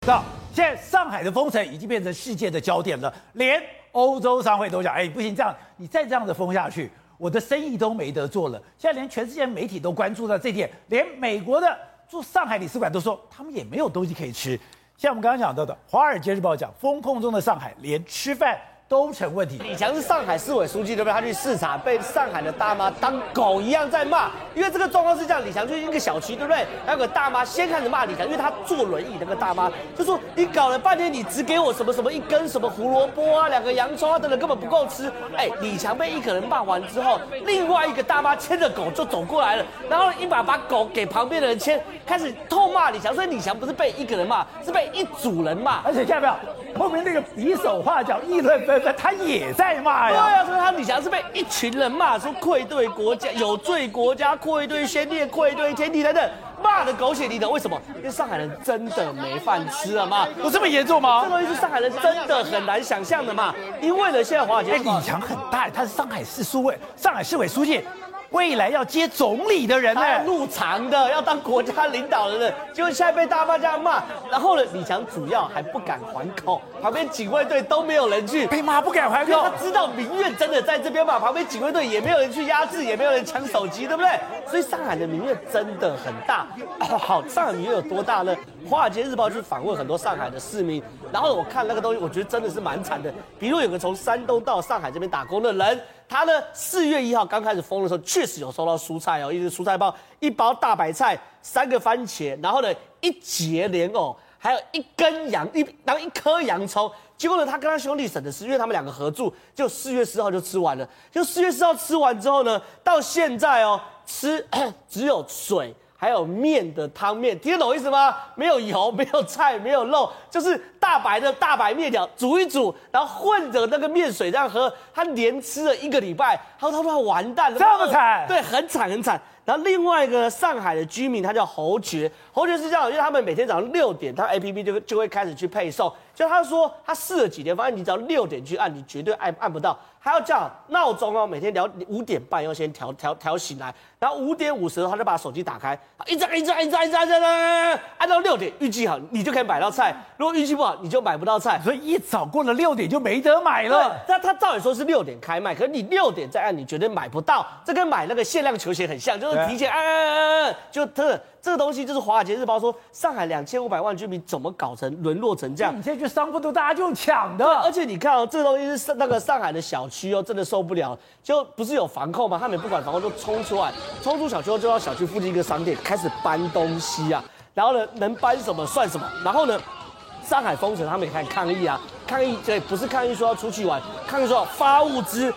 道现在上海的封城已经变成世界的焦点了，连欧洲商会都讲，不行，这样你再这样子封下去，我的生意都没得做了。现在连全世界媒体都关注到这点，连美国的驻上海领事馆都说，他们也没有东西可以吃。像我们刚刚讲到的，《华尔街日报》讲，封控中的上海连吃饭都成问题。 李强是上海市委书记，对不对？他去视察，被上海的大妈当狗一样在骂。因为这个状况是这样，李强去一个小区，对不对？那个大妈先开始骂李强，因为他坐轮椅，那个大妈就说：“你搞了半天，你只给我什么什么一根什么胡萝卜啊，2个洋葱啊等等，根本不够吃。”李强被一个人骂完之后，另外一个大妈牵着狗就走过来了，然后一把狗给旁边的人牵，开始痛骂李强。所以李强不是被一个人骂，是被一组人骂。 而且看到没有，后面那个比手画脚、议论纷纷，他也在骂呀。 对啊，所以他李强是被一群人骂，说愧对国家、有罪国家、愧对先烈、愧对天地等等，骂的狗血淋头。为什么？因为上海人真的没饭吃了嘛？ 有这么严重吗？ 这东西是上海人真的很难想象的嘛。因为呢，现在华尔街， 李强很大，他是上海市委书记。未来要接总理的人呢， 入常的，要当国家领导人的，结果现在被大妈这样骂，然后呢，李强主要还不敢还口，旁边警卫队都没有人去， 被骂不敢还口， 他知道民怨真的在这边嘛，旁边警卫队也没有人去压制，也没有人抢手机，对不对？所以上海的民怨真的很大。好，上海民怨有多大呢？《华尔街日报》去访问很多上海的市民，然后我看那个东西，我觉得真的是蛮惨的。比如有个从山东到上海这边打工的人，他呢4月1号刚开始封的时候，确实有收到蔬菜哦，一个蔬菜包，1包大白菜，3个番茄，然后呢1节莲藕，还有1颗洋葱。结果呢，他跟他兄弟省的是，因为他们2个合住，就4月4号就吃完了。就4月4号吃完之后呢，到现在哦，吃只有水。还有面的汤面，听得懂意思吗？没有油，没有菜，没有肉，就是大白面条煮一煮，然后混着那个面水这样喝。他连吃了1个礼拜，他说他完蛋了， 这么惨？ 对，很惨很惨。然后另外一个上海的居民，他叫侯爵是这样，因为他们每天早上6点，他 APP 就会开始去配送。就他说他试了几天，发现你只要6点去按，你绝对按不到。还要叫闹钟哦，每天5点半要先调醒来，然后5点50他就把手机打开，一直按到6点，运气好你就可以买到菜，如果运气不好你就买不到菜。 所以一早过了6点就没得买了。 对，他照理说是6点开卖，可是你6点再按，你绝对买不到。这跟买那个限量球鞋很像，就是提前按，就这个东西就是《华尔街日报》说，上海2500万居民怎么搞成沦落成这样？ 你现在去商铺都大家就用抢的， 而且你看哦，这个东西是那个上海的小区哦，真的受不了，就不是有防控吗？他们也不管防控，就冲出小区后就到小区附近一个商店开始搬东西啊，然后呢能搬什么算什么，然后呢上海封城，他们也开始抗议啊，对，不是抗议说要出去玩，抗议说要发物资，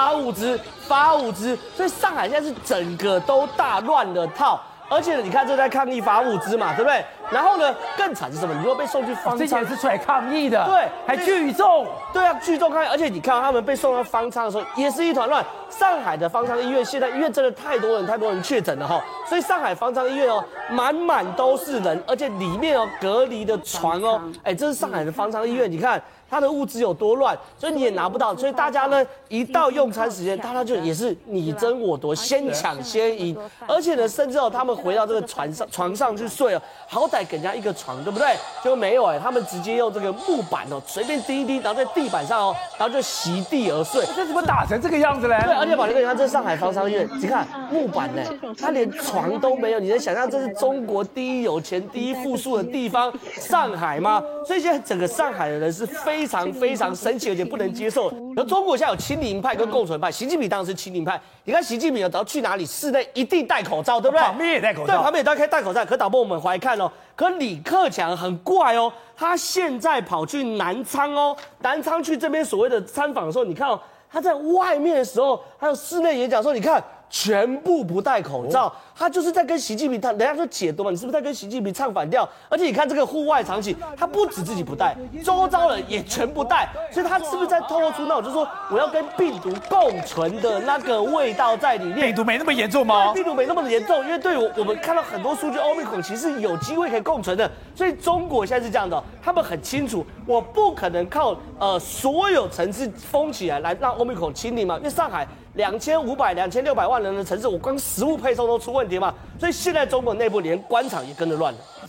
所以上海现在是整个都大乱了套。而且你看，这在抗议发物资嘛，对不对？然后呢，更惨是什么？你如果被送去方舱， 这也是出来抗议的， 对， 还聚众， 对啊，聚众抗议。而且你看到他们被送到方舱的时候，也是一团乱。上海的方舱医院现在医院真的太多人确诊了哈，所以上海方舱医院哦，满都是人，而且里面哦隔离的床哦，这是上海的方舱医院，你看。它的物资有多乱，所以你也拿不到，所以大家呢一到用餐时间，大家就也是你争我夺，先抢先赢，而且呢，甚至他们回到这个床上去睡好歹给人家一个床，对不对？结果没有他们直接用这个木板随便滴一滴，然后在地板上然后就席地而睡。 这怎么打成这个样子呢？ 对，而且宝哥，你看这上海方舱医院，你看木板它连床都没有，你能想象这是中国第一有钱、第一富庶的地方上海吗？所以现在整个上海的人是非常生气，而且不能接受。而中国现在有清零派跟共存派，习近平当然是清零派。你看习近平只要去哪里，室内一定戴口罩，对不对？ 旁边也戴口罩， 对，旁边也戴口罩。可导播我们回来看可李克强很怪他现在跑去南昌南昌去这边所谓的参访的时候，你看他在外面的时候，还有室内演讲的时候，你看。全部不戴口罩，他就是在跟习近平人家说解读嘛，你是不是在跟习近平唱反调？而且你看这个户外场景，他不止自己不戴，周遭人也全不戴，所以他是不是在透露出那种就是说我要跟病毒共存的那个味道在里面？ 病毒没那么严重吗？ 病毒没那么严重，因为对我们看到很多数据，Omicron其实有机会可以共存的，所以中国现在是这样的，他们很清楚，我不可能靠所有城市封起来让 Omicron 清零嘛，因为上海。2500、2600万人的城市，我光食物配送都出问题嘛，所以现在中国内部连官场也跟着乱了。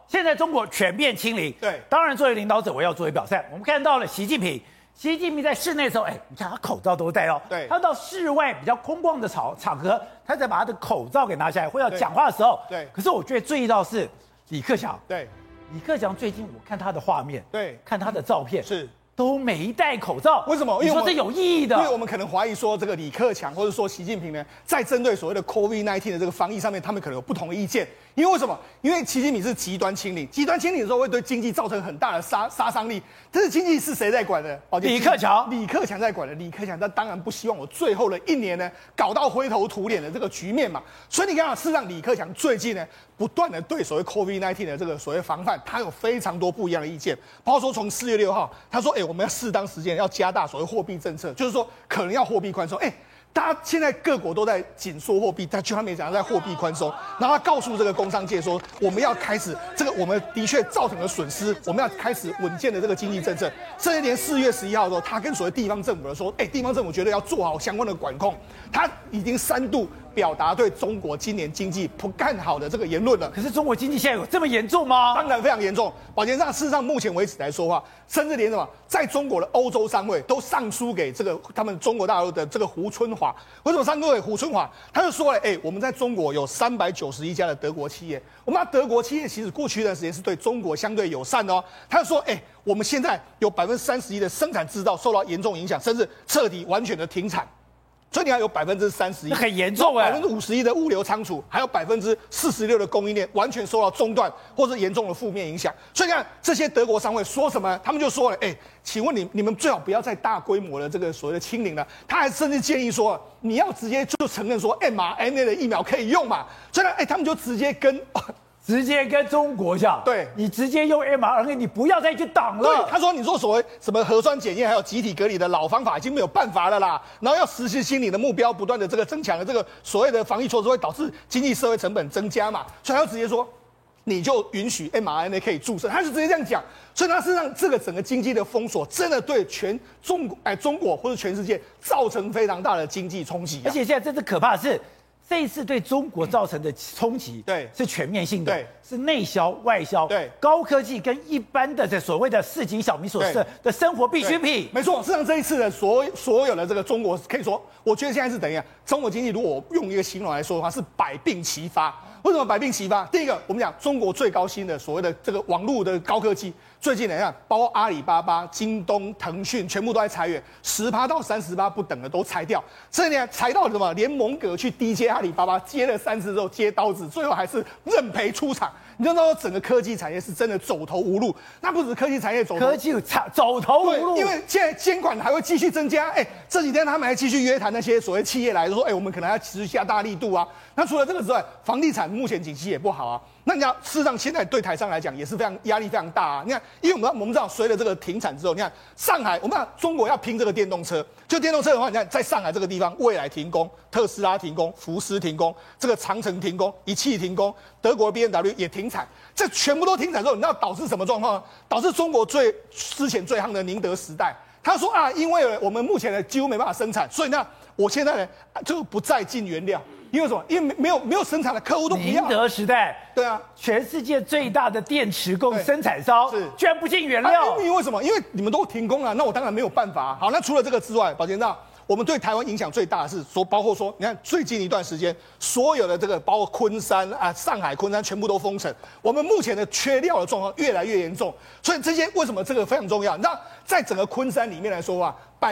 现在中国全面清零。 对， 当然作为领导者，我要作为表率。我们看到了习近平在室内的时候，你看他口罩都戴哦。 对， 他到室外比较空旷的场合，他才把他的口罩给拿下来，或要讲话的时候。 对。 可是我觉得注意到是李克强。 对。 李克强最近我看他的画面， 对， 看他的照片是。 都没戴口罩， 为什么？ 你说这有意义的， 因为我们可能怀疑说，这个李克强或者说习近平呢，在针对所谓的 COVID-19 的这个防疫上面，他们可能有不同的意见。因为为什么？因为习近平是极端清零，极端清零的时候会对经济造成很大的杀伤力。但是经济是谁在管的？ 李克强， 李克强在管的。李克强他当然不希望我最后的一年呢，搞到灰头土脸的这个局面嘛。所以你看，事实上李克强最近呢，不断的对所谓 COVID-19 的这个所谓防范，他有非常多不一样的意见。包括说从4月6号，他说，我们要适当时间要加大所谓货币政策，就是说可能要货币宽松。大家现在各国都在紧缩货币，但就他没讲在货币宽松。然后他告诉这个工商界说，我们要开始这个我们的确造成了损失，我们要开始稳健的这个经济政策。甚至连4月11号的时候，他跟所谓地方政府说，地方政府绝对要做好相关的管控。他已经3度表达对中国今年经济不看好的这个言论了。 可是中国经济现在有这么严重吗？ 当然非常严重。保监上事实上目前为止来说的话，甚至连什么在中国的欧洲商会都上书给这个他们中国大陆的这个胡春华。为什么上书给胡春华？他就说了，我们在中国有391家的德国企业，我们德国企业其实过去一段时间是对中国相对友善的哦。他就说，我们现在有31%的生产制造受到严重影响，甚至彻底完全的停产。所以你看有31%， 很严重 51%的物流仓储，还有46%的供应链完全受到中断或是严重的负面影响。所以你看这些德国商会说什么？他们就说了，请问你们最好不要再大规模的这个所谓的清零了。他还甚至建议说，你要直接就承认说 mRNA 的疫苗可以用嘛。所以呢，他们就直接跟中国讲， 对， 你直接用 mRNA， 你不要再去挡了。 对，他说你说所谓什么核酸检验还有集体隔离的老方法已经没有办法了啦，然后要实施心理的目标，不断的这个增强的这个所谓的防疫措施，会导致经济社会成本增加嘛，所以他就直接说，你就允许 mRNA 可以注射，他就直接这样讲。所以他事实上这个整个经济的封锁，真的对全中国或者全世界造成非常大的经济冲击。 而且现在真的可怕的是，这一次对中国造成的冲击， 对， 是全面性的， 对， 是内销外销， 对， 高科技跟一般的这所谓的市井小民所设的生活必需品， 没错。事实上这一次的所有的这个中国，可以说，我觉得现在是等于中国经济，如果我用一个形容来说的话，是百病齐发。为什么百病齐发？第一个，我们讲中国最高薪的所谓的这个网络的高科技，最近你看，包括阿里巴巴、京东、腾讯，全部都在裁员，10%到30%不等的都裁掉。所以呢，裁到什么？连蒙格去低接阿里巴巴，接了3次之后接刀子，最后还是认赔出场。你就知道整个科技产业是真的走投无路。那不止科技产业走投无路， 因为现在监管还会继续增加。这几天他们还继续约谈那些所谓企业来说，我们可能要持续下大力度啊。那除了这个之外，房地产目前景气也不好啊。那你要事实上现在对台商来讲也是非常压力非常大啊。你看，因为我们知道随着这个停产之后，你看上海，我们看中国要拼这个电动车，就电动车的话，你看在上海这个地方，蔚来停工，特斯拉停工，福斯停工，这个长城停工，一汽停工，德国 BMW 也停产，这全部都停产之后，你知道导致什么状况呢？导致中国之前最夯的宁德时代，他说啊，因为我们目前呢几乎没办法生产，所以呢，我现在呢就不再进原料。因为什么？因为没有生产的客户都不要。 宁德时代， 对啊， 全世界最大的电池生产商，居然不进原料。 因为为什么？因为你们都停工了，那我当然没有办法。好，那除了这个之外，保监长，我们对台湾影响最大的是包括说，你看最近一段时间，所有的这个包括昆山啊、上海、昆山全部都封城，我们目前的缺料的状况越来越严重。所以这些为什么这个非常重要？你知道，在整个昆山里面来说啊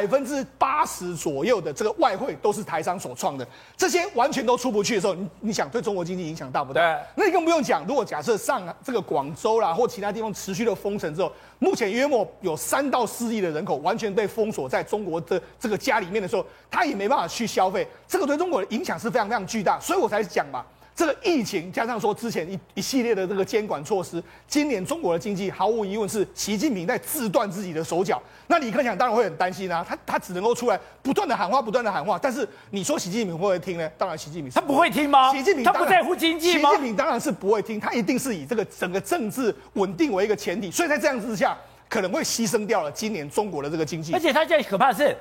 ，80%左右的这个外汇都是台商所创的，这些完全都出不去的时候，你想对中国经济影响大不大？ 对， 那你更不用讲。如果假设这个广州啦或其他地方持续的封城之后，目前约莫有3到4亿的人口完全被封锁在中国的这个家里面的时候，他也没办法去消费，这个对中国的影响是非常非常巨大，所以我才讲嘛。这个疫情加上说之前一系列的这个监管措施，今年中国的经济毫无疑问是习近平在自断自己的手脚。那李克强当然会很担心啊，他只能够出来不断的喊话，但是你说习近平会不会听呢？当然习近平他不会听吗？ 习近平他不在乎经济吗？ 习近平当然是不会听，他一定是以这个整个政治稳定为一个前提，所以在这样之下可能会牺牲掉了今年中国的这个经济。 而且他现在可怕的是，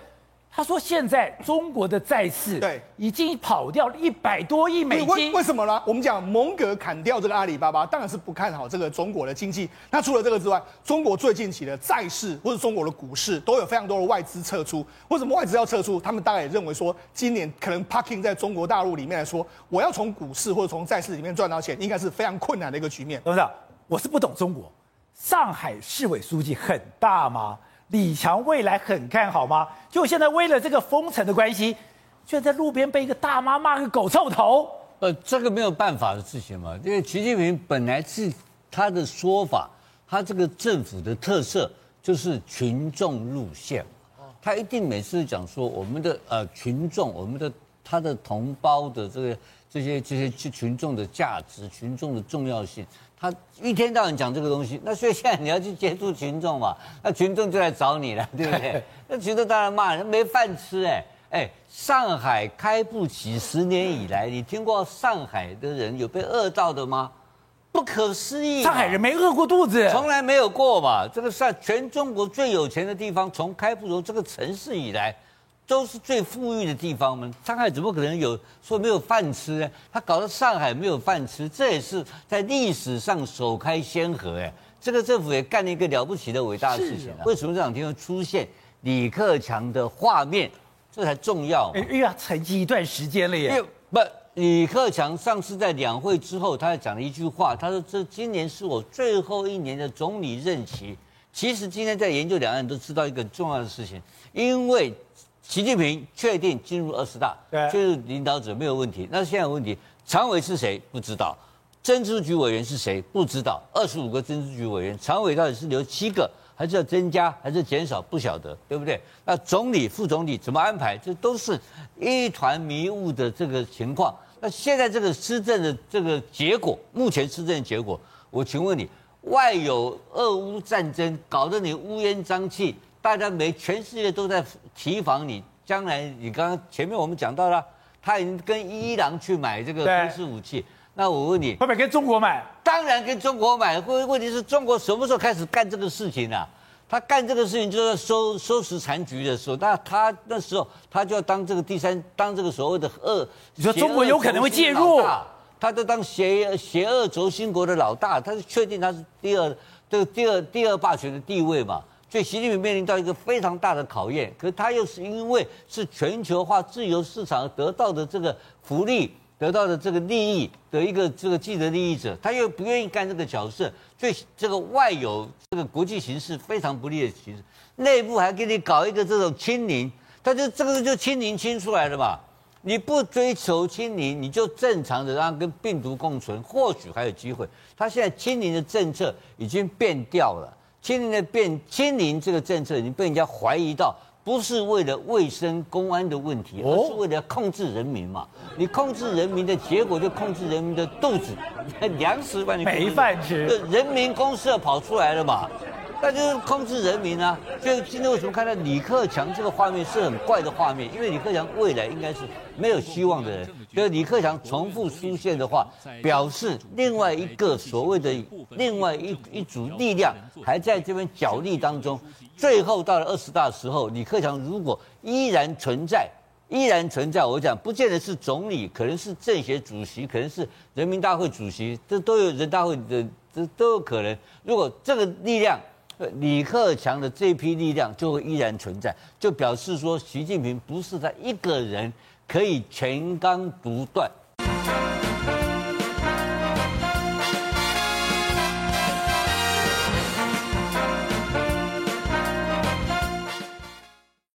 他说现在中国的债市对已经跑掉了100多亿美金。 为什么呢？我们讲蒙格砍掉这个阿里巴巴，当然是不看好这个中国的经济。那除了这个之外，中国最近期的债市或者中国的股市都有非常多的外资撤出。为什么外资要撤出？他们大概也认为说，今年可能 parking 在中国大陆里面来说，我要从股市或者从债市里面赚到钱，应该是非常困难的一个局面。 董事长，我是不懂中国，上海市委书记很大吗？李强未来很看好吗？就现在为了这个封城的关系，居然在路边被一个大妈骂个狗臭头。 这个没有办法的事情嘛，因为习近平本来是他的说法，他这个政府的特色就是群众路线，他一定每次讲说我们的群众，他的同胞的这些群众的价值、群众的重要性。他一天到晚讲这个东西，那所以现在你要去接触群众嘛，那群众就来找你了，对不对？那群众当然骂人没饭吃上海开埠几十年以来，你听过上海的人有被饿到的吗？不可思议， 上海人没饿过肚子， 从来没有过嘛。这个是全中国最有钱的地方，从开埠这个城市以来，都是最富裕的地方嘛。上海怎么可能有说没有饭吃呢？他搞得上海没有饭吃，这也是在历史上首开先河这个政府也干了一个了不起的伟大的事情为什么这两天会出现李克强的画面？这才重要嘛。 因为他沉寂一段时间了耶。 李克强上次在两会之后，他讲了一句话，他说：“今年是我最后一年的总理任期。”其实今天在研究两岸都知道一个很重要的事情，因为习近平确定进入20大，确入领导者没有问题。那现在有问题，常委是谁不知道，政治局委员是谁不知道，25个政治局委员，常委到底是留7个，还是要增加，还是减少，不晓得，对不对？那总理、副总理怎么安排，这都是一团迷雾的这个情况。那现在这个施政的这个结果，目前施政的结果，我请问你，外有俄乌战争，搞得你乌烟瘴气，大家全世界都在提防你。将来你刚刚前面我们讲到了，他已经跟伊朗去买这个军事武器。那我问你， 会不会跟中国买？ 当然跟中国买。问题是中国什么时候开始干这个事情啊？他干这个事情就是要收拾残局的时候，那他那时候他就要当这个当这个所谓的你说中国有可能会介入？ 他就当邪恶轴心国的老大，他是确定他是第二霸权的地位嘛。所以习近平面临到一个非常大的考验，可是他又是因为是全球化自由市场得到的这个福利，得到的这个利益的一个这个既得利益者，他又不愿意干这个角色，所以这个外有这个国际形势非常不利的形势，内部还给你搞一个这种清零，他就这个就清零清出来了嘛。你不追求清零，你就正常的让它跟病毒共存，或许还有机会。他现在清零的政策已经变掉了。清零这个政策已经被人家怀疑到，不是为了卫生公安的问题，而是为了控制人民嘛。你控制人民的结果就控制人民的肚子，粮食把你没饭吃， 人民公社跑出来了嘛。那就是控制人民啊！所以今天为什么看到李克强这个画面是很怪的画面？因为李克强未来应该是没有希望的人。所以李克强重复出现的话，表示另外一个所谓的另外一组力量还在这边角力当中。最后到了20大的时候，李克强如果依然存在，我讲不见得是总理，可能是政协主席，可能是人民大会主席，这都有人大会的，这都有可能。如果这个力量，李克强的这批力量就会依然存在，就表示说习近平不是他一个人可以全纲独断。